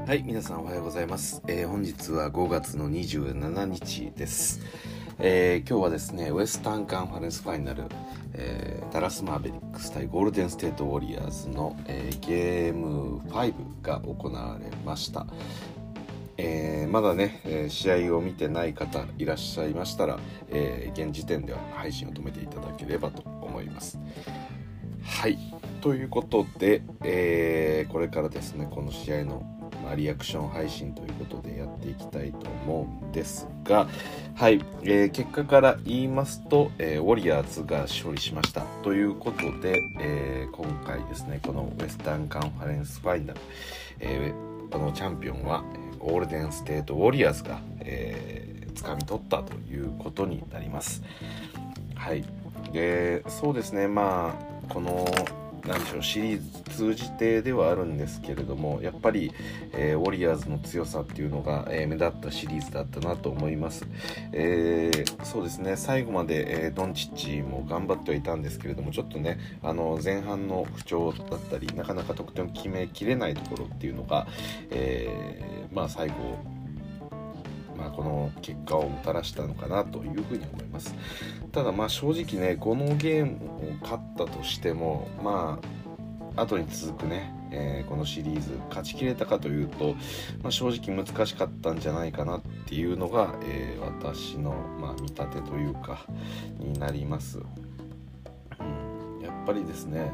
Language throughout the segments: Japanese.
はい、皆さんおはようございます。本日は5月の27日です。今日はですね、ウエスタンカンファレンスファイナル、ダラスマーベリックス対ゴールデンステートウォリアーズの、ゲーム5が行われました。まだね、試合を見てない方いらっしゃいましたら、現時点では配信を止めていただければと思います。はい、ということで、これからですね、この試合のリアクション配信ということでやっていきたいと思うんですが、はい、結果から言いますと、ウォリアーズが勝利しましたということで、今回ですね、このウエスタンカンファレンスファイナル、このチャンピオンはゴールデンステートウォリアーズが、掴み取ったということになります。はい、そうですね、このなんでしょう、シリーズ通じてではあるんですけれども、やっぱり、ウォリアーズの強さっていうのが、目立ったシリーズだったなと思います。そうですね、最後まで、ドンチッチも頑張ってはいたんですけれども、ちょっとね、前半の不調だったり、なかなか得点を決めきれないところっていうのが、最後この結果をもたらしたのかなというふうに思います。ただ正直ね、このゲームを勝ったとしても後に続くね、このシリーズ勝ちきれたかというと、正直難しかったんじゃないかなっていうのが、私の、見立てというかになります。やっぱりですね、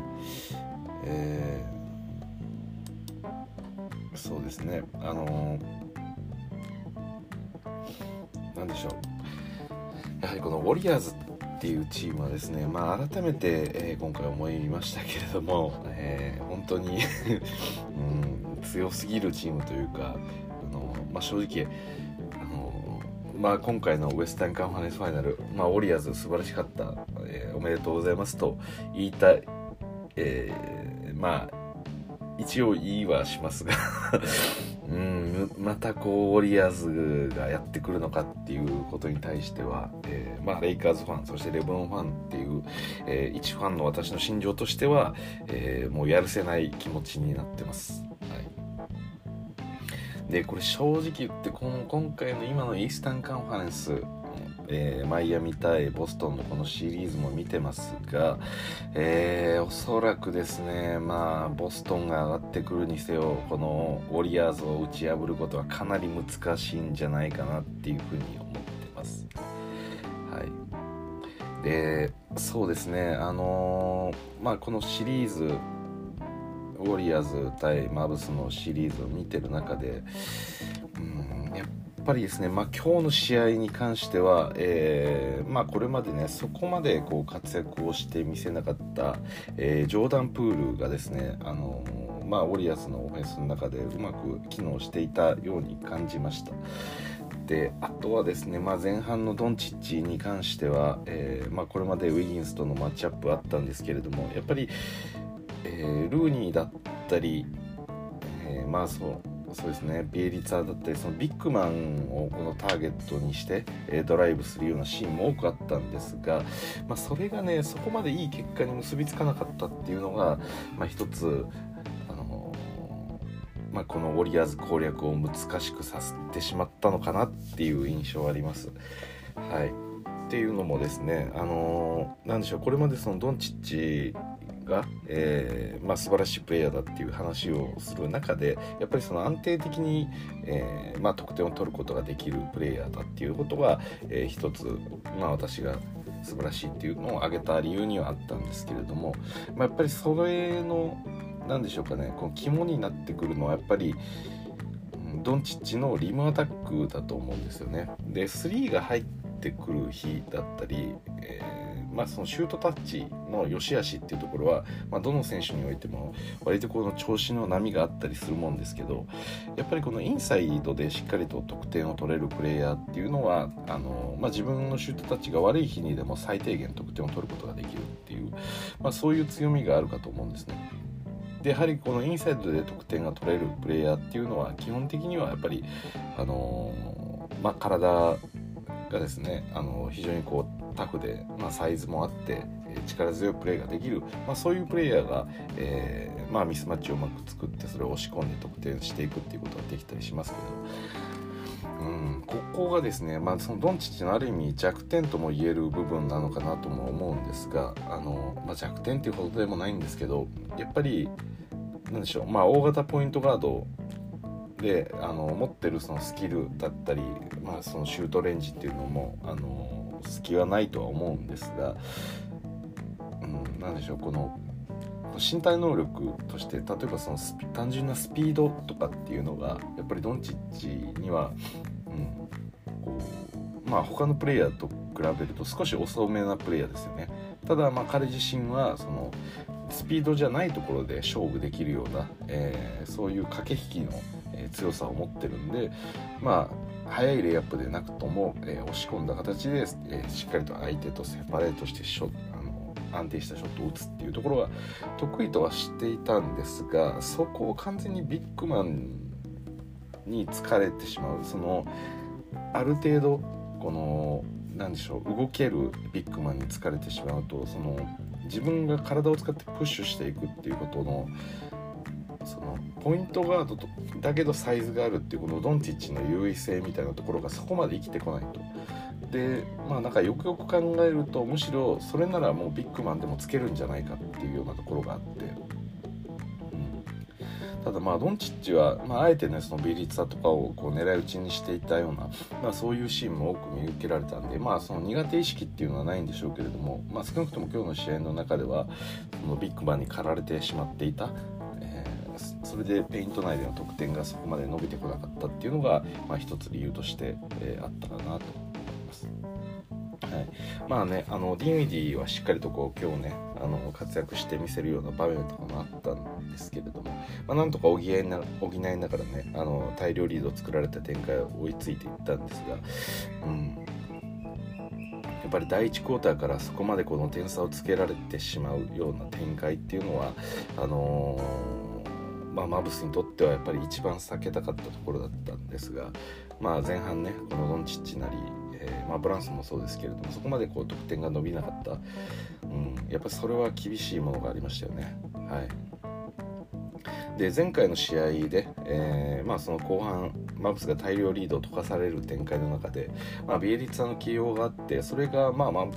そうですね、なんでしょう、やはりこのウォリアーズっていうチームはですね、改めて、今回思いましたけれども、本当に強すぎるチームというか、正直今回のウエスタンカンファレンスファイナル、ウォリアーズ素晴らしかった、おめでとうございますと言いたい、一応言いはしますがまたウォリアーズがやってくるのかっていうことに対しては、レイカーズファン、そしてレブロンファンっていう、一ファンの私の心情としては、もうやるせない気持ちになってます。でこれ正直言って、今回の今のイースタンカンファレンス、マイアミ対ボストンのこのシリーズも見てますが、おそらくですね、ボストンが上がってくるにせよ、このウォリアーズを打ち破ることはかなり難しいんじゃないかなっていうふうに思ってます。でそうですね、このシリーズウォリアーズ対マブスのシリーズを見てる中で、やっぱりですね、今日の試合に関しては、これまでねそこまで活躍をして見せなかった、ジョーダン・プールがですね、ウォリアーズのオフェンスの中でうまく機能していたように感じました。であとはですね、前半のドンチッチに関しては、これまでウィギンスとのマッチアップあったんですけれども、やっぱりルーニーだったり、そうですね、ビエリツァだったり、そのビッグマンをこのターゲットにして、ドライブするようなシーンも多くあったんですが、それがねそこまでいい結果に結びつかなかったっていうのが、一つこのウォリアーズ攻略を難しくさせてしまったのかなっていう印象はあります。っていうのもですね、なんでしょう、これまでそのドンチッチが、素晴らしいプレイヤーだっていう話をする中で、やっぱりその安定的に、得点を取ることができるプレイヤーだっていうことが、一つ、私が素晴らしいっていうのを挙げた理由にはあったんですけれども、やっぱりそれのなんでしょうかね、この肝になってくるのはやっぱりドンチッチのリムアタックだと思うんですよね。で3が入ってくる日だったり、そのシュートタッチの良し悪しっていうところは、どの選手においても割とこの調子の波があったりするもんですけど、やっぱりこのインサイドでしっかりと得点を取れるプレイヤーっていうのは自分のシュートタッチが悪い日にでも最低限得点を取ることができるっていう、そういう強みがあるかと思うんですね。でやはりこのインサイドで得点が取れるプレイヤーっていうのは基本的にはやっぱり体がですね非常にタフで、サイズもあって、 力強いプレーができる、そういうプレイヤーが、ミスマッチをうまく作ってそれを押し込んで得点していくっていうことができたりしますけど、ここがですね、そのドンチッチのある意味弱点とも言える部分なのかなとも思うんですが、弱点っていうほどでもないんですけど、やっぱりなんでしょう、大型ポイントガードで持ってるそのスキルだったり、そのシュートレンジっていうのも隙はないとは思うんですが、なんでしょう、この身体能力として例えばその単純なスピードとかっていうのがやっぱりドンチッチには、他のプレイヤーと比べると少し遅めなプレイヤーですよね。ただ彼自身はそのスピードじゃないところで勝負できるような、そういう駆け引きの、強さを持ってるんで、速いレイアップでなくとも、押し込んだ形で、しっかりと相手とセパレートして安定したショットを打つっていうところが得意とはしていたんですが、そこを完全にビッグマンに疲れてしまう、そのある程度このなんでしょう、動けるビッグマンに疲れてしまうと、その自分が体を使ってプッシュしていくっていうことのそのポイントガードだけどサイズがあるっていうこのドンチッチの優位性みたいなところがそこまで生きてこないと。でなんかよくよく考えるとむしろそれならもうビッグマンでもつけるんじゃないかっていうようなところがあって、ただドンチッチは、あえてねそのビリツァとかをこう狙い撃ちにしていたような、そういうシーンも多く見受けられたんで、その苦手意識っていうのはないんでしょうけれども、少なくとも今日の試合の中ではそのビッグマンに駆られてしまっていた、それでペイント内での得点がそこまで伸びてこなかったっていうのが、一つ理由として、あったかなと思います。ディンウィディはしっかりとこう今日ね活躍してみせるような場面とかもあったんですけれども、なんとか補いながらね大量リードを作られた展開を追いついていったんですが、やっぱり第1クォーターからそこまでこの点差をつけられてしまうような展開っていうのはマブスにとってはやっぱり一番避けたかったところだったんですが、前半ねこのドンチッチなり、ブランソンもそうですけれどもそこまでこう得点が伸びなかった、やっぱりそれは厳しいものがありましたよね。で前回の試合で、その後半マブスが大量リードを溶かされる展開の中で、ビエリッツァの起用があって、それが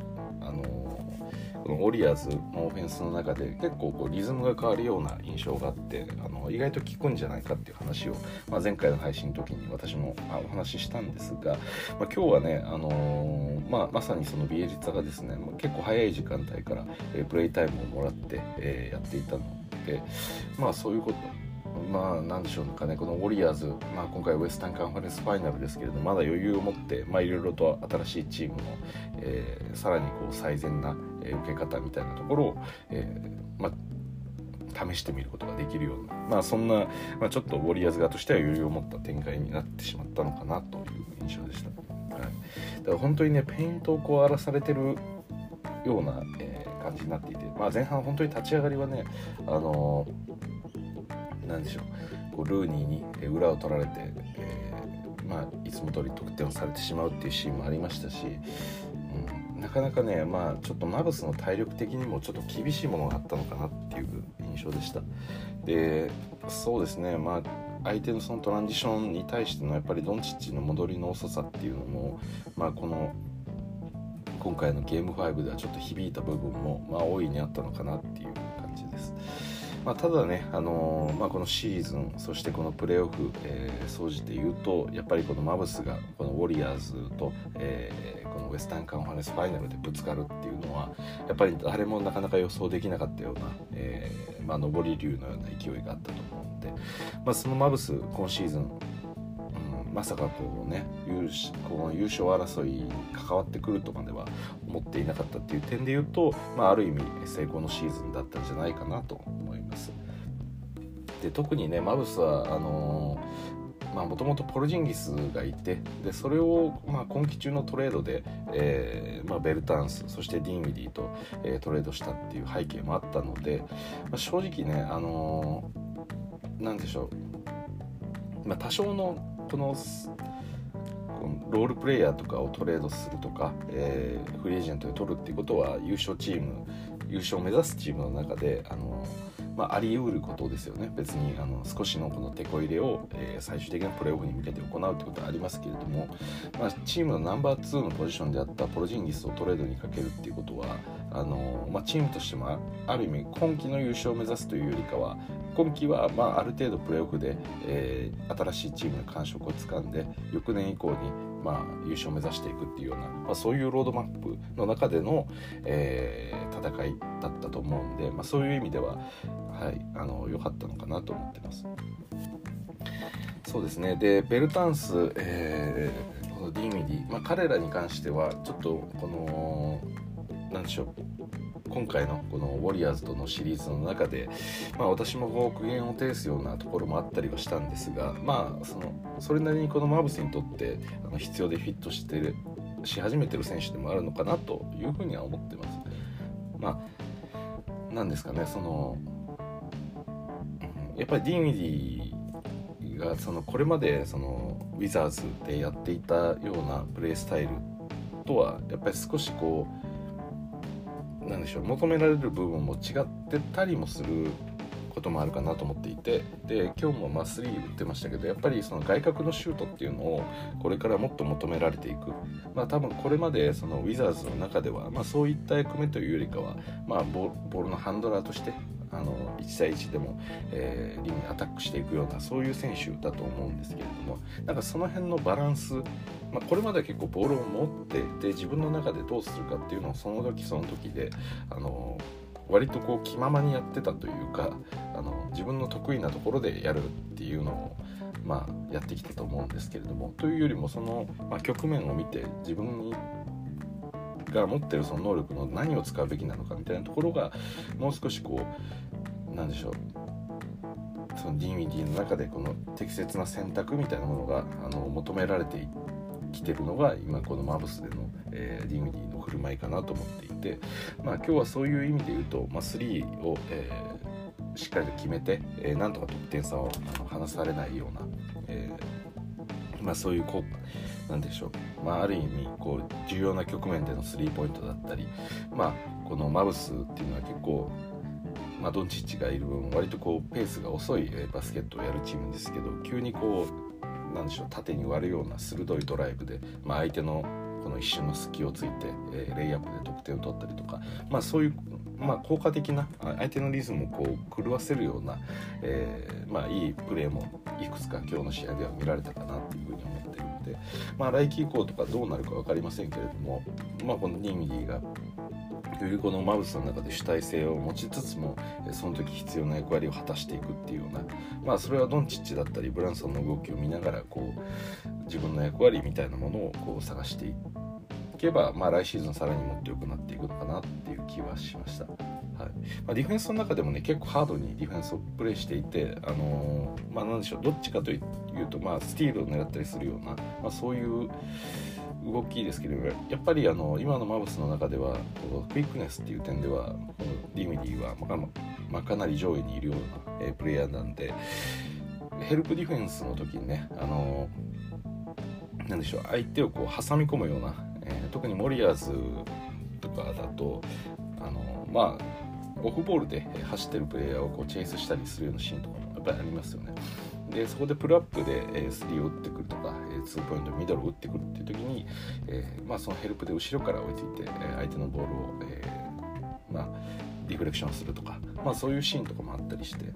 このウォリアーズのオフェンスの中で結構こうリズムが変わるような印象があって意外と効くんじゃないかっていう話を、前回の配信の時に私もお話ししたんですが、今日はね、まさにそのビエリッツァがですね結構早い時間帯から、プレイタイムをもらって、やっていたので、そういうことなんでしょうかね、このウォリアーズ、今回ウエスタンカンファレンスファイナルですけれども、まだ余裕を持っていろいろと新しいチームの、さらにこう最善な受け方みたいなところを、試してみることができるような、そんな、ちょっとウォリアーズ側としては余裕を持った展開になってしまったのかなという印象でした。だから本当にねペイントをこう荒らされてるような、感じになっていて、前半本当に立ち上がりはねなんでしょう、こうルーニーに裏を取られて、いつも通り得点をされてしまうっていうシーンもありましたし、なかなかね、ちょっとマブスの体力的にもちょっと厳しいものがあったのかなっていう印象でした。で、そうですね、相手のそのトランジションに対してのやっぱりドンチッチの戻りの遅さっていうのも、この今回のゲーム5ではちょっと響いた部分も大いにあったのかなっていう感じです。ただね、このシーズンそしてこのプレーオフ、総じて言うとやっぱりこのマブスがこのウォリアーズと、このウエスタンカンファレンスファイナルでぶつかるっていうのはやっぱり誰もなかなか予想できなかったような、上り竜のような勢いがあったと思うので、そのマブス今シーズンまさかこうねこの優勝争いに関わってくるとまでは思っていなかったっていう点で言うと、ある意味成功のシーズンだったんじゃないかなと思います。で特にねマブスはもともとポルジンギスがいて、でそれを今季中のトレードで、ベルタンスそしてディンウィディと、トレードしたっていう背景もあったので、正直ねなんでしょう、多少のこのこのロールプレイヤーとかをトレードするとか、フリーエージェントで取るっていうことは優勝を目指すチームの中であり得ることですよね。別に少しのこのテこ入れを、最終的なプレーオフに向けて行うってことはありますけれども、チームのナンバー2のポジションであったポルジンギスをトレードにかけるっていうことはチームとしてもある意味今季の優勝を目指すというよりかは、今季はある程度プレーオフで、新しいチームの感触をつかんで翌年以降に優勝を目指していくっていうような、そういうロードマップの中での、戦いだったと思うんで、そういう意味では良かったのかなと思ってます。そうですね。でベルタンス、このディミディ、彼らに関してはちょっとこのなんでしょう、今回のこのウォリアーズとのシリーズの中で、私も苦言を呈すようなところもあったりはしたんですが、それなりにこのマブスにとって必要でフィットし始めてる選手でもあるのかなというふうには思ってます。なんですかね、やっぱりディミディがこれまでウィザーズでやっていたようなプレースタイルとはやっぱり少しなんでしょう、求められる部分も違ってたりもすることもあるかなと思っていて、で今日も3打ってましたけど、やっぱり外角のシュートっていうのをこれからもっと求められていく。多分これまでウィザーズの中では、そういった役目というよりかは、ボールのハンドラーとして1対1でも、リンにアタックしていくような、そういう選手だと思うんですけれども、その辺のバランス、これまでは結構ボールを持ってで自分の中でどうするかっていうのをその時その時で割と気ままにやってたというか、自分の得意なところでやるっていうのをやってきたと思うんですけれども、というよりも局面を見て自分が持ってるその能力の何を使うべきなのかみたいなところがもう少しなんでしょう、そのディミディの中でこの適切な選択みたいなものが求められてきてるのが今このマブスでの、ディミディの振る舞いかなと思っていて、今日はそういう意味で言うと、3を、しっかりと決めて、なんとか得点差を離されないような、そういうなんでしょう、ある意味重要な局面でのスリーポイントだったり、このマブスっていうのは結構ドンチッチがいる分割とペースが遅いバスケットをやるチームですけど、急になんでしょう、縦に割るような鋭いドライブで、相手のこの一瞬の隙をついて、レイアップで得点を取ったりとか、そういう、効果的な相手のリズムを狂わせるような、いいプレーもいくつか今日の試合では見られたかなっていうふうに思っているので、来季以降とかどうなるか分かりませんけれども、このディミディがよりこのマブスの中で主体性を持ちつつもその時必要な役割を果たしていくっていうような、それはドンチッチだったりブランソンの動きを見ながら自分の役割みたいなものを探していけば、来シーズンさらにもっと良くなっていくのかなっていう気はしました。ディフェンスの中でもね、結構ハードにディフェンスをプレーしていて、なんでしょう、どっちかというと、スティールを狙ったりするような、そういう動きですけど、やっぱり今のマブスの中ではクイックネスっていう点ではディミディはかなり上位にいるようなプレイヤーなんで、ヘルプディフェンスの時にね、なんでしょう、相手を挟み込むような、特にウォリアーズとかだとオフボールで走ってるプレイヤーをチェイスしたりするようなシーンとかもやっぱりありますよね。でそこでプルアップでスリーを打ってくるとかツーポイントミドルを打ってくるっていう時に、そのヘルプで後ろから追いついて相手のボールを、ディフレクションするとか、そういうシーンとかもあったりして、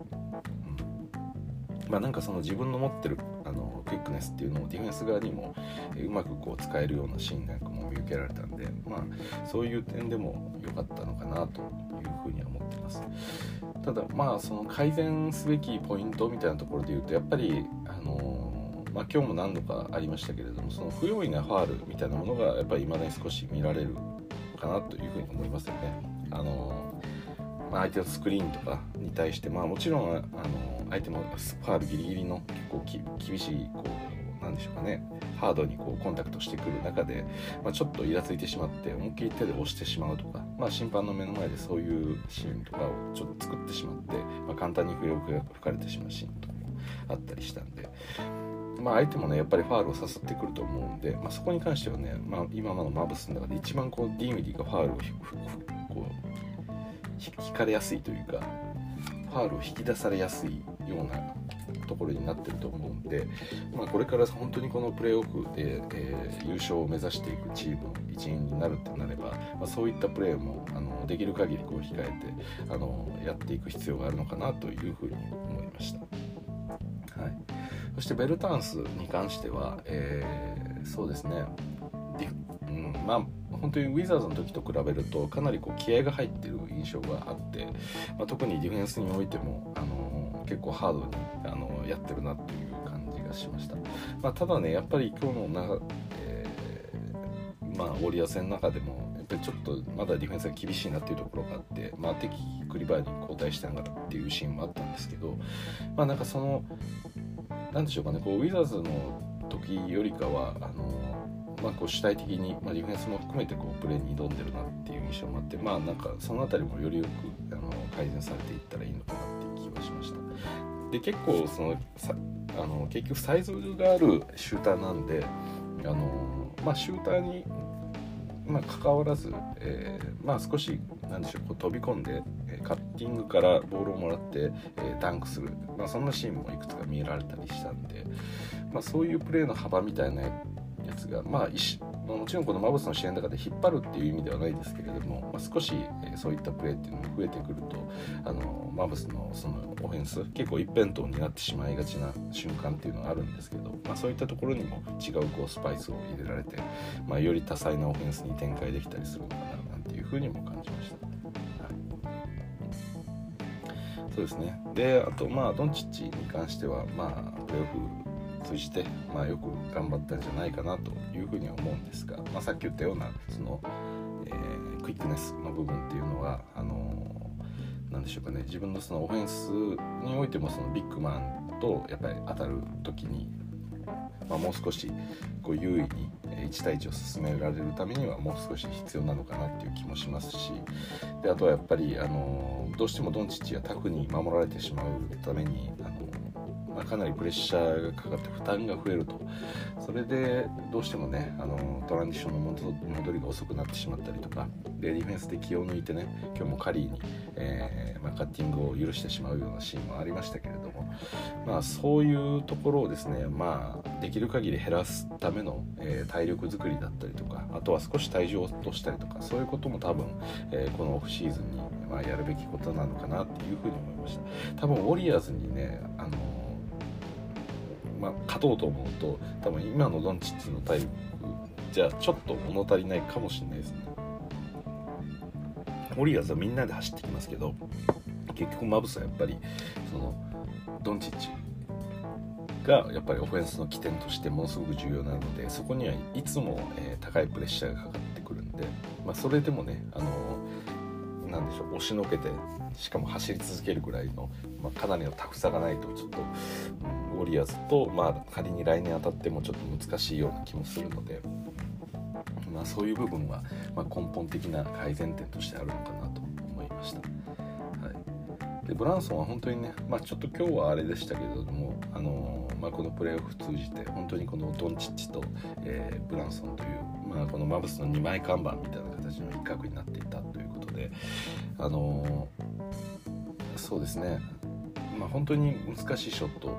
なんかその自分の持ってるクイックネスっていうのをディフェンス側にもうまく使えるようなシーンなんかも見受けられたんで、そういう点でも良かったのかなというふうには思ってます。ただその改善すべきポイントみたいなところで言うと、やっぱり今日も何度かありましたけれども、その不用意なファールみたいなものがやっぱり未だに少し見られるかなというふうに思いますよね。相手のスクリーンとかに対して、もちろん相手もファールギリギリの結構厳しいなんでしょうかね、ハードにコンタクトしてくる中で、ちょっとイラついてしまって思いっきり手で押してしまうとか、審判の目の前でそういうシーンとかをちょっと作ってしまって、簡単に笛を吹かれてしまうシーンとかもあったりしたんで、 相手もねやっぱりファールを誘ってくると思うんで、そこに関してはね、今のマブスの中で一番こうディンウィディがファールをこう引かれやすいというか、ファールを引き出されやすいようなところになってると思うんで、これから本当にこのプレーオフで、優勝を目指していくチームの一員になるってなれば、そういったプレーもできる限りこう控えてやっていく必要があるのかなというふうに思いました。はい、そしてベルタンスに関しては、そうですね、本当にウィザーズの時と比べるとかなりこう気合が入っている印象があって、特にディフェンスにおいても結構ハードにやってるなっていう感じがしました。ただねやっぱり今日のウォリアー戦の中でもやっぱりちょっとまだディフェンスが厳しいなっていうところがあって、敵クリバーに交代しながらっていうシーンもあったんですけど、なんかそのなんでしょうかね、こうウィザーズの時よりかはこう主体的に、ディフェンスも含めてこうプレーに挑んでるなっていう印象もあって、なんかそのあたりもよりよく改善されていったらいいのかなっていう気がしました。で結構結局サイズがあるシューターなんでシューターに関わらず、少しなんでしょう、こう飛び込んでカッティングからボールをもらって、ダンクする、そんなシーンもいくつか見られたりしたんで、そういうプレーの幅みたいなやつがもちろんこのマブスの試合の中で引っ張るっていう意味ではないですけれども、少し、そういったプレーっていうのが増えてくるとマブスのそのオフェンス結構一辺倒になってしまいがちな瞬間っていうのがあるんですけど、そういったところにも違うこうスパイスを入れられて、より多彩なオフェンスに展開できたりするのかななんていうふうにも感じました。そうですね。であとドンチッチに関してはプレーオフ通じてよく頑張ったんじゃないかなというふうには思うんですが、さっき言ったようなその、クイックネスの部分っていうのはなんでしょうかね、自分のそのオフェンスにおいてもそのビッグマンとやっぱり当たる時に、もう少しこう優位に1対1を進められるためにはもう少し必要なのかなっていう気もしますし、であとはやっぱりどうしてもドンチッチがタフに守られてしまうためにかなりプレッシャーがかかって負担が増えると、それでどうしてもねトランジションの戻りが遅くなってしまったりとかで、ディフェンスで気を抜いてね、今日もカリーに、カッティングを許してしまうようなシーンもありましたけれども、そういうところをですね、できる限り減らすための、体力作りだったりとか、あとは少し体重を落としたりとか、そういうことも多分、このオフシーズンに、やるべきことなのかなっていうふうに思いました。多分ウォリアーズにね勝とうと思うと多分今のドンチッチの体力じゃちょっと物足りないかもしれないですね。ウォリアーズはみんなで走ってきますけど、結局マブスはやっぱりそのドンチッチがやっぱりオフェンスの起点としてものすごく重要なので、そこにはいつも、高いプレッシャーがかかってくるんで、それでもねなんでしょう、押しのけてしかも走り続けるぐらいの、かなりのタフさがないとちょっと、ウォリアーズと、仮に来年当たってもちょっと難しいような気もするので、そういう部分は、根本的な改善点としてあるのかなと思いました。はい、でブランソンは本当にね、ちょっと今日はあれでしたけれども、このプレーオフ通じて本当にこのドンチッチと、ブランソンという、このマブスの2枚看板みたいな形の一角になっていたということで、そうですね、本当に難しいショット、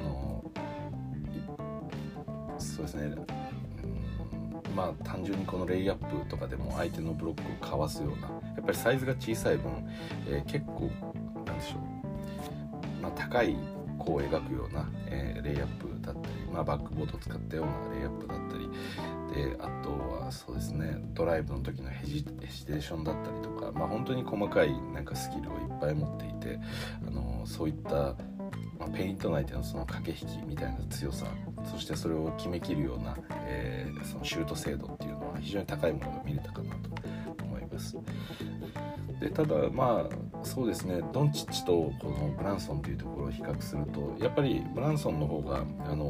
そうですね、単純にこのレイアップとかでも相手のブロックをかわすような、やっぱりサイズが小さい分、結構なんでしょう、高い弧を描くような、レイアップだったり、バックボードを使ったようなレイアップだったりで、あとはそうですね、ドライブの時のヘジテーションだったりとか、本当に細かいスキルをいっぱい持っていて、そういったペイント内でのその駆け引きみたいな強さ、そしてそれを決めきるような、そのシュート精度っていうのは非常に高いものが見れたかなと思います。でただそうですね、ドンチッチとこのブランソンというところを比較すると、やっぱりブランソンの方が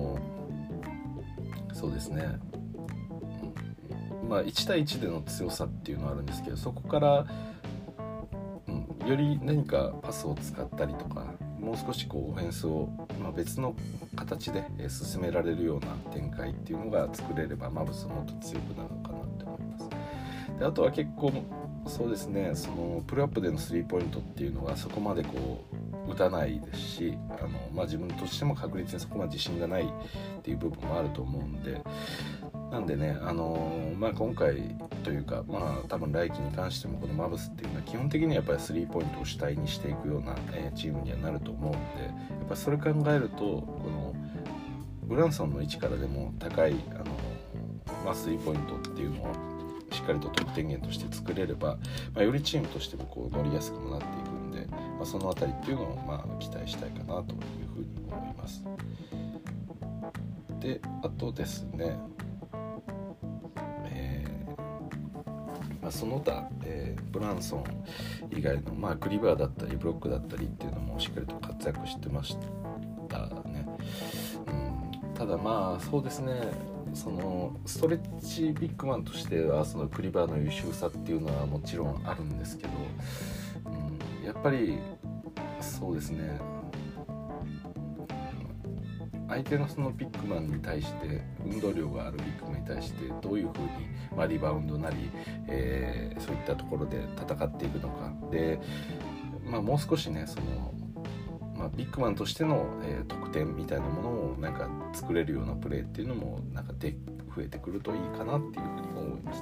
そうですね、1対1での強さっていうのはあるんですけど、そこから、より何かパスを使ったりとか、 もう少しこうオフェンスを、別の形で進められるような展開っていうのが作れればマブスもっと強くなるのかなって思います。であとは結構そうですね、そのプルアップでのスリーポイントっていうのがそこまでこう打たないですし、自分としても確率にそこまで自信がないっていう部分もあると思うんで、なんでね、今回というか、多分来季に関してもこのマブスっていうのは基本的にはやっぱりスリーポイントを主体にしていくような、チームにはなると思うんで、やっぱそれ考えるとこのブランソンの位置からでも高いスリーポイントっていうのをしっかりと得点源として作れれば、よりチームとしてもこう乗りやすくもなっていくんで、そのあたりっていうのを期待したいかなというふうに思います。であとですね、その他、ブランソン以外の、クリバーだったりブロックだったりっていうのもしっかりと活躍してましたね。ただそうですね、そのストレッチビッグマンとしてはそのクリバーの優秀さっていうのはもちろんあるんですけど、やっぱりそうですね、相手のそのビッグマンに対して運動量があるビッグマンに対してどういうふうに、リバウンドなり、そういったところで戦っていくのかで、もう少しねその、ビッグマンとしての、得点みたいなものをなんか作れるようなプレーっていうのもなんか増えてくるといいかなっていうふうに思いました。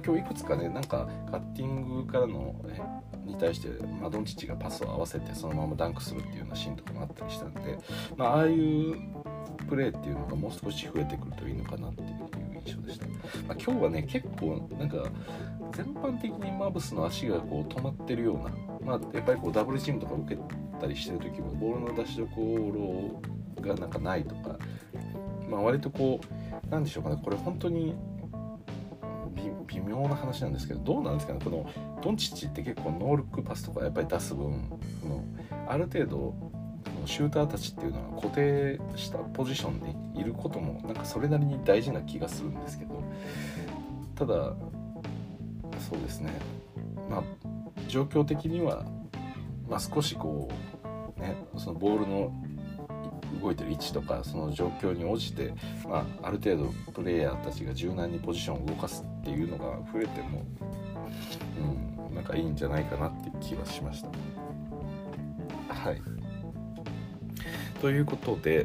今日いくつかねなんかカッティングからの、に対して、ドンチッチがパスを合わせてそのままダンクするっていうようなシーンとかもあったりしたんで、ああいうプレーっていうのがもう少し増えてくるといいのかなっていう印象でした。今日はね結構なんか全般的にマブスの足がこう止まってるような、やっぱりこうダブルチームとか受けたりしてる時もボールの出しどころがなんかないとか、割とこうなんでしょうかね、これ本当に微妙な話なんですけど、どうなんですかね、このドンチッチって結構ノールックパスとかやっぱり出す分ある程度シューターたちっていうのは固定したポジションにいることもなんかそれなりに大事な気がするんですけど、ただそうですね、状況的には、少しこうねそのボールの動いてる位置とかその状況に応じて、ある程度プレイヤーたちが柔軟にポジションを動かすっていうのが増えても、なんかいいんじゃないかなっていう気はしました。はい。ということで、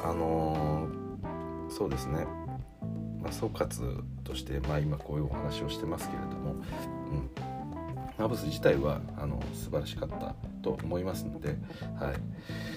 そうですね、総括として、今こういうお話をしてますけれども、マブス自体は素晴らしかったと思いますので、はい、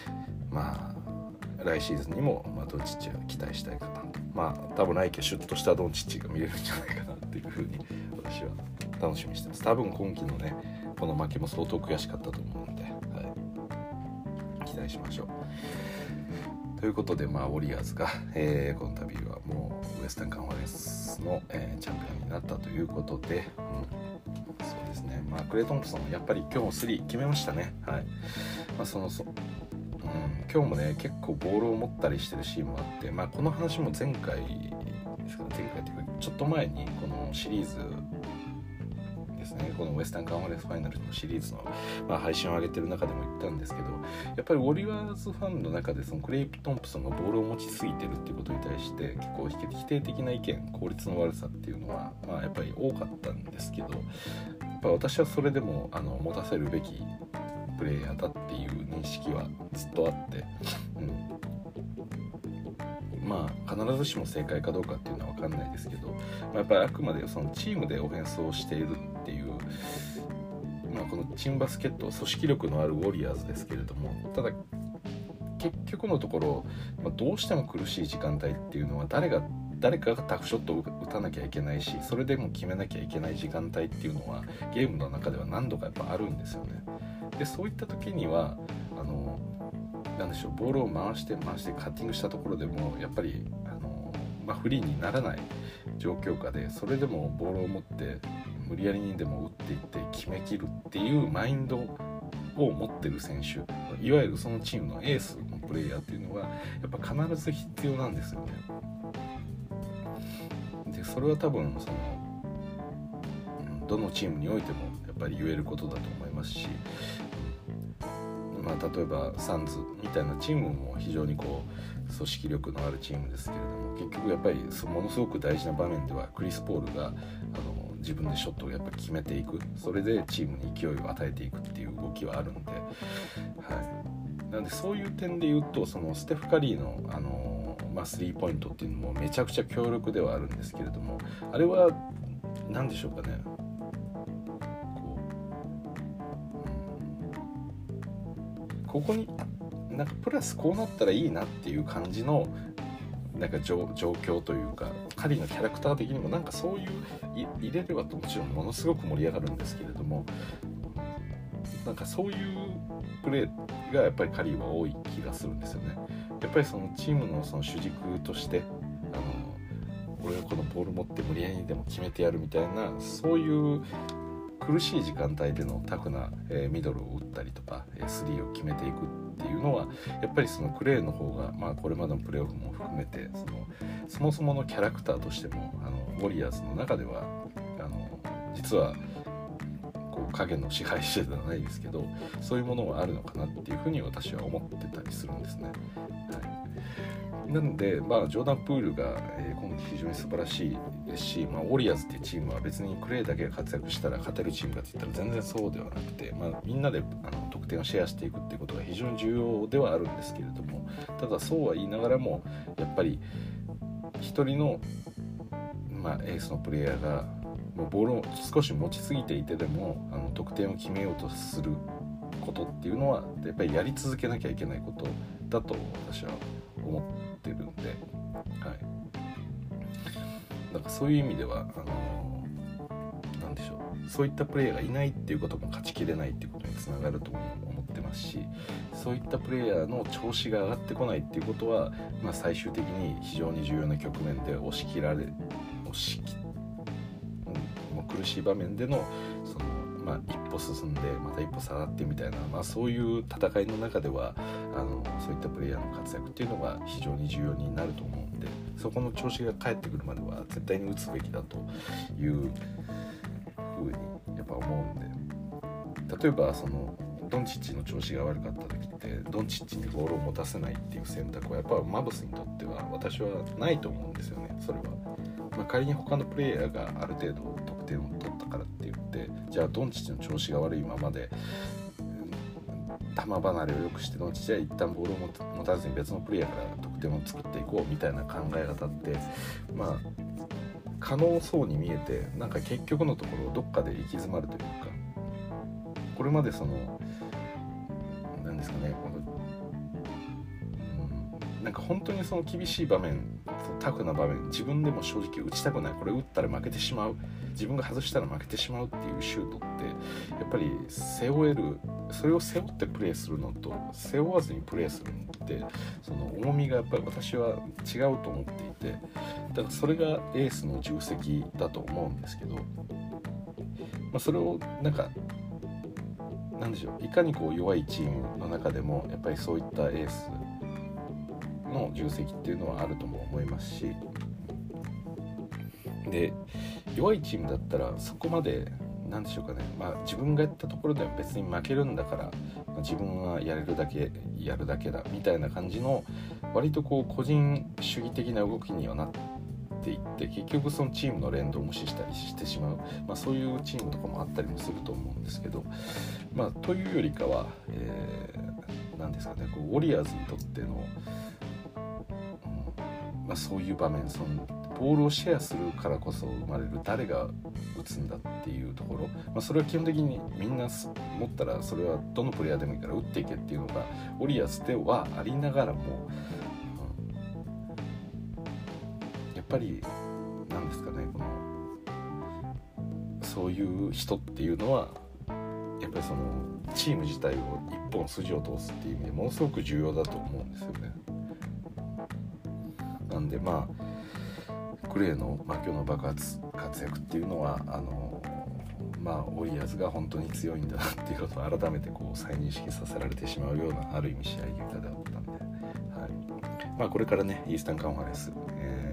来シーズンにも、ドンチッチは期待したいかなと、多分来季シュッとしたドンチッチが見れるんじゃないかなっていうふうに私は楽しみにしてます。多分今季のねこの負けも相当悔しかったと思うので、期待しましょう。ということで、ウォリアーズが、この度はもうウエスタンカンファレンスの、チャンピオンになったということで、そうですね、クレイ・トンプソンやっぱり今日3決めましたね。はい。今日もね結構ボールを持ったりしてるシーンもあって、この話も前回ですかね、前回というかちょっと前にこのシリーズですね、このウエスタンカンファレンスファイナルのシリーズの、配信を上げてる中でも言ったんですけど、やっぱりウォリアーズファンの中でそのクレイ・トンプソンがボールを持ちすぎてるっていうことに対して結構否定的な意見、効率の悪さっていうのは、やっぱり多かったんですけど、やっぱ私はそれでも持たせるべきプレイヤーだっていう認識はずっとあって、必ずしも正解かどうかっていうのは分かんないですけど、やっぱりあくまでそのチームでオフェンスをしているっていう、このチームバスケット組織力のあるウォリアーズですけれども、ただ結局のところ、どうしても苦しい時間帯っていうのは誰かがタフショットを打たなきゃいけないし、それでも決めなきゃいけない時間帯っていうのはゲームの中では何度かやっぱあるんですよね。でそういった時にはなんでしょう、ボールを回してカッティングしたところでもやっぱりフリーにならない状況下で、それでもボールを持って無理やりにでも打っていって決めきるっていうマインドを持ってる選手、いわゆるそのチームのエースのプレイヤーっていうのはやっぱ必ず必要なんですよね。でそれは多分どのチームにおいてもやっぱり言えることだと思いますし、 例えばサンズみたいなチームも非常にこう組織力のあるチームですけれども、結局やっぱりものすごく大事な場面ではクリス・ポールが自分でショットをやっぱり決めていく、それでチームに勢いを与えていくっていう動きはあるので、なのでそういう点で言うと、そのステフ・カリーのスリーポイントっていうのもめちゃくちゃ強力ではあるんですけれども、あれは何でしょうかね、ここになんかプラスこうなったらいいなっていう感じのなんか状況というか、カリーのキャラクター的にもなんかそういう入れればもちろんものすごく盛り上がるんですけれども、なんかそういうプレーがやっぱりカリーは多い気がするんですよね。やっぱりそのチームのその主軸として俺はこのボール持って無理やりにでも決めてやるみたいな、そういう苦しい時間帯でのタフなミドルを打ったりとかスリーを決めていくっていうのは、やっぱりそのクレーの方が、これまでのプレーオフも含めてそもそものキャラクターとしてもウォリアーズの中では実はこう影の支配者ではないですけど、そういうものはあるのかなっていうふうに私は思ってたりするんですね。なので、ジョーダン・プールが、今季非常に素晴らしいですし、ウォリアーズっていうチームは別にクレーだけが活躍したら勝てるチームかって言ったら全然そうではなくて、みんなで得点をシェアしていくっていうことが非常に重要ではあるんですけれども、ただそうは言いながらもやっぱり一人の、エースのプレイヤーがもうボールを少し持ちすぎていてでも得点を決めようとすることっていうのはやっぱりやり続けなきゃいけないことだと私は思ってるんで、なんかそういう意味ではなんでしょう、そういったプレイヤーがいないっていうことも勝ちきれないっていうことにつながると思ってますし、そういったプレイヤーの調子が上がってこないっていうことは、最終的に非常に重要な局面でもう苦しい場面での一歩進んでまた一歩下がってみたいな、そういう戦いの中ではそういったプレイヤーの活躍っていうのが非常に重要になると思うんで、そこの調子が返ってくるまでは絶対に打つべきだというふうにやっぱ思うんで、例えばドンチッチの調子が悪かった時ってドンチッチにボールを持たせないっていう選択はやっぱマブスにとっては私はないと思うんですよね。それは、仮に他のプレイヤーがある程度得点を取ったからって言ってじゃあドンチッチの調子が悪いままで球離れを良くしてドンチッチは一旦ボールを持たずに別のプレイヤーから得点を作っていこうみたいな考え方って可能そうに見えて、なんか結局のところどっかで行き詰まるというか、これまでなんですかね、なんか本当にその厳しい場面、タフな場面、自分でも正直打ちたくない、これ打ったら負けてしまう、自分が外したら負けてしまうっていうシュートってやっぱり背負える、それを背負ってプレーするのと背負わずにプレーするのってその重みがやっぱり私は違うと思っていて、だからそれがエースの重責だと思うんですけど、それをなんでしょう、いかにこう弱いチームの中でもやっぱりそういったエースの重責っていうのはあるとも思いますし、で弱いチームだったらそこまでなんでしょうかね、自分がやったところでは別に負けるんだから、自分はやれるだけやるだけだみたいな感じの割とこう個人主義的な動きにはなっていって、結局そのチームの連動を無視したりしてしまう、そういうチームとかもあったりもすると思うんですけど、というよりかは、なんですかね、こうウォリアーズにとってのそういう場面、ボールをシェアするからこそ生まれる誰が打つんだっていうところ、それは基本的にみんな持ったらそれはどのプレイヤーでもいいから打っていけっていうのがウォリアーズではありながらも、やっぱりなんですかね、そういう人っていうのはやっぱりそのチーム自体を一本筋を通すっていう意味でものすごく重要だと思うんですよね。なんでクレーの今日の爆発活躍っていうのはウォリアーズが本当に強いんだなっていうことを改めてこう再認識させられてしまうようなある意味試合結果だったんで、これからねイースタンカンファレンス、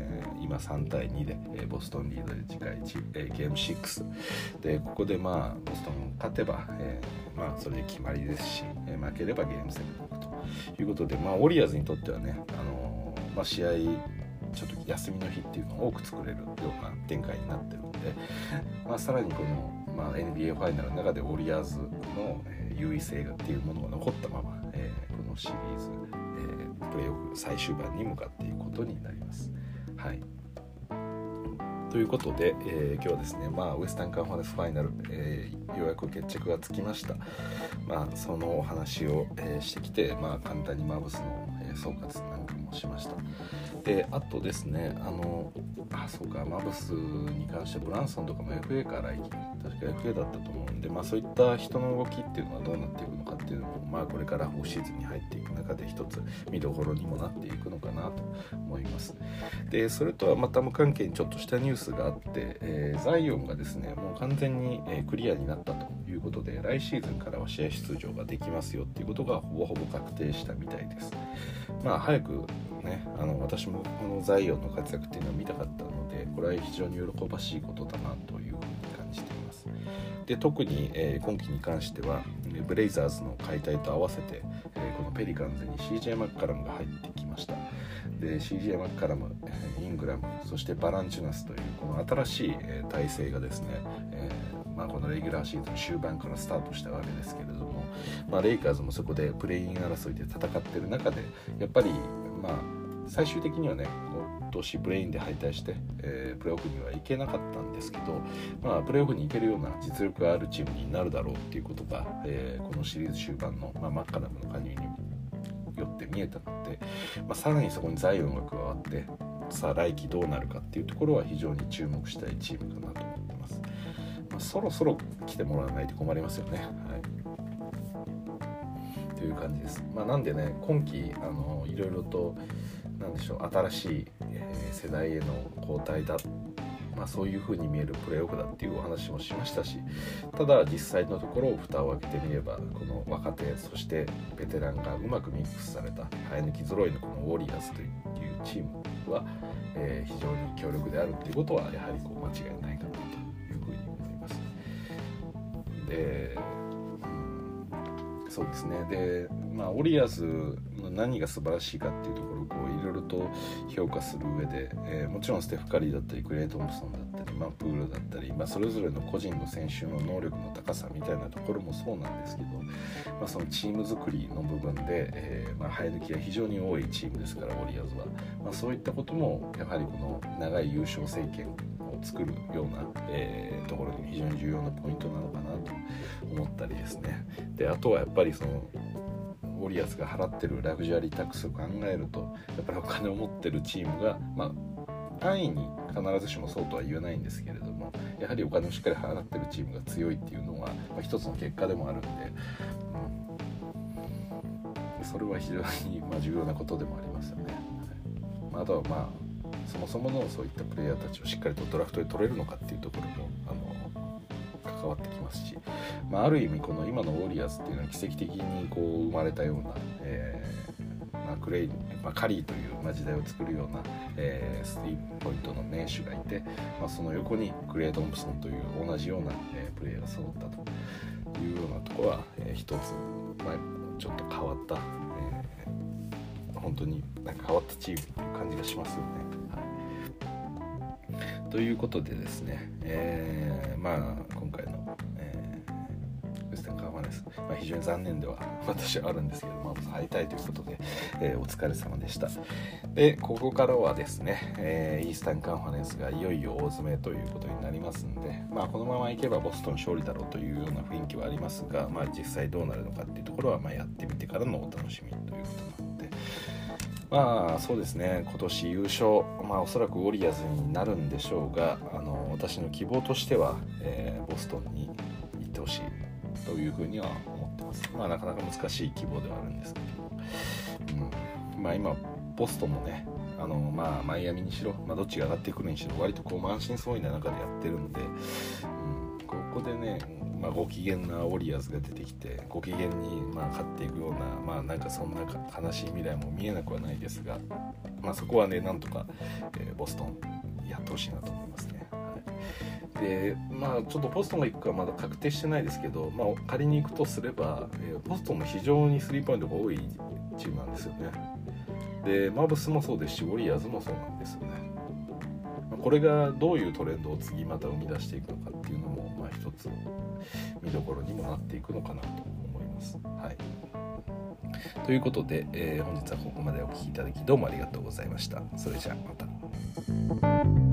今3対2で、ボストンリードで次回ゲーム6で、ここでボストン勝てば、それで決まりですし、負ければゲーム7に行くということで、ウォリアーズにとってはね、試合ちょっと休みの日っていうのを多く作れるような展開になってるんで、さらにこの、NBA ファイナルの中でウォリアーズの、優位性っていうものが残ったまま、このシリーズ、プレーオフ最終盤に向かっていくことになります。はい。ということで、今日はですね、ウエスタンカンファレンスファイナル、ようやく決着がつきました。そのお話を、してきて、簡単にマブスの、総括なんかもしました。で、あとですね、そうか、マブスに関してブランソンとかも FA から確か FA だったと思うんで、そういった人の動きっていうのはどうなっていくのかっていうのも、これからオフシーズンに入っていく中で一つ見どころにもなっていくのかなと思います。で、それとはまた無関係にちょっとしたニュースがあって、ザイオンがですね、もう完全に、クリアになったということで、来シーズンからは試合出場ができますよっていうことがほぼほぼ確定したみたいです。早くね、私もこのザイオンの活躍っていうのを見たかったので、これは非常に喜ばしいことだなというふうに感じています。で、特に、今季に関してはブレイザーズの解体と合わせて、このペリカンズに CJ マッカラムが入ってきました。で、 CJ マッカラム、イングラム、そしてバランチュナスというこの新しい、体制がですね、このレギュラーシーズン終盤からスタートしたわけですけれども、レイカーズもそこでプレイイン争いで戦っている中で、やっぱり最終的にはね、今年プレイインで敗退して、プレーオフには行けなかったんですけど、プレーオフに行けるような実力があるチームになるだろうっていうことが、このシリーズ終盤の、マッカナムの加入によって見えたので、さらにそこにザイオンが加わって、さあ来季どうなるかっていうところは非常に注目したいチームかなと思ってます。そろそろ来てもらわないと困りますよね。はい、という感じです。なんでね、今季いろいろと新しい、世代への交代だ、そういう風に見えるプレーオフだっていうお話もしましたし、ただ実際のところ蓋を開けてみれば、この若手そしてベテランがうまくミックスされた生え抜き揃いのこのウォリアーズというチームは、非常に強力であるっていうことはやはり間違いないかなというふうに思います。で、そうですね。で、ウォリアーズの何が素晴らしいかっていうところをいろいろと評価する上で、もちろんステフ・カリーだったりクレイ・トンプソンだったり、プールだったり、それぞれの個人の選手の能力の高さみたいなところもそうなんですけど、そのチーム作りの部分で、生え抜きが非常に多いチームですから、ウォリアーズは、そういったこともやはりこの長い優勝政権を作るような、ところに非常に重要なポイントなのかなと思ったりですね。で、あとはやっぱりそのウォリアーズが払ってるラグジュアリータックスを考えると、やっぱりお金を持ってるチームが、安易に必ずしもそうとは言えないんですけれども、やはりお金をしっかり払ってるチームが強いっていうのは、一つの結果でもあるんで、それは非常に重要なことでもありますよね。あとはそもそものそういったプレイヤーたちをしっかりとドラフトで取れるのかっていうところも関わってきますし、ある意味この今のウォリアーズっていうのは奇跡的に生まれたような、カリーという時代を作るような、スリーポイントの名手がいて、その横にクレイ・トンプソンという同じような、プレイヤーが揃ったというようなところは、一つ、ちょっと変わった、本当に変わったチームという感じがしますよね。はい、ということでですね、今回の、ウエスタンカンファレンス、非常に残念では私はあるんですけど、敗退ということで、お疲れ様でした。で、ここからはですね、イースタンカンファレンスがいよいよ大詰めということになりますんで、このままいけばボストン勝利だろうというような雰囲気はありますが、実際どうなるのかっていうところはやってみてからのお楽しみということなので、そうですね、今年優勝、おそらくウォリアーズになるんでしょうが、私の希望としては、ボストンに行ってほしいというふうには思ってます。なかなか難しい希望ではあるんですけど、今ボストンもね、マイアミにしろ、どっちが上がってくるにしろ割と満身創痍な中でやってるんで、ここでね、 ご機嫌なウォリアーズが出てきてご機嫌に勝っていくような、なんかそんな悲しい未来も見えなくはないですが、そこはねなんとか、ボストンやってほしいなと思いますね。でちょっとボストンが行くかまだ確定してないですけど、仮に行くとすれば、ボストンも非常にスリーポイントが多いチームなんですよね。でマブスもそうですしウォリアーズもそうなんですよね。これがどういうトレンドを次また生み出していくのかっていうのも、一つ見どころにもなっていくのかなと思います。はい、ということで、本日はここまでお聞きいただきどうもありがとうございました。それじゃあまた。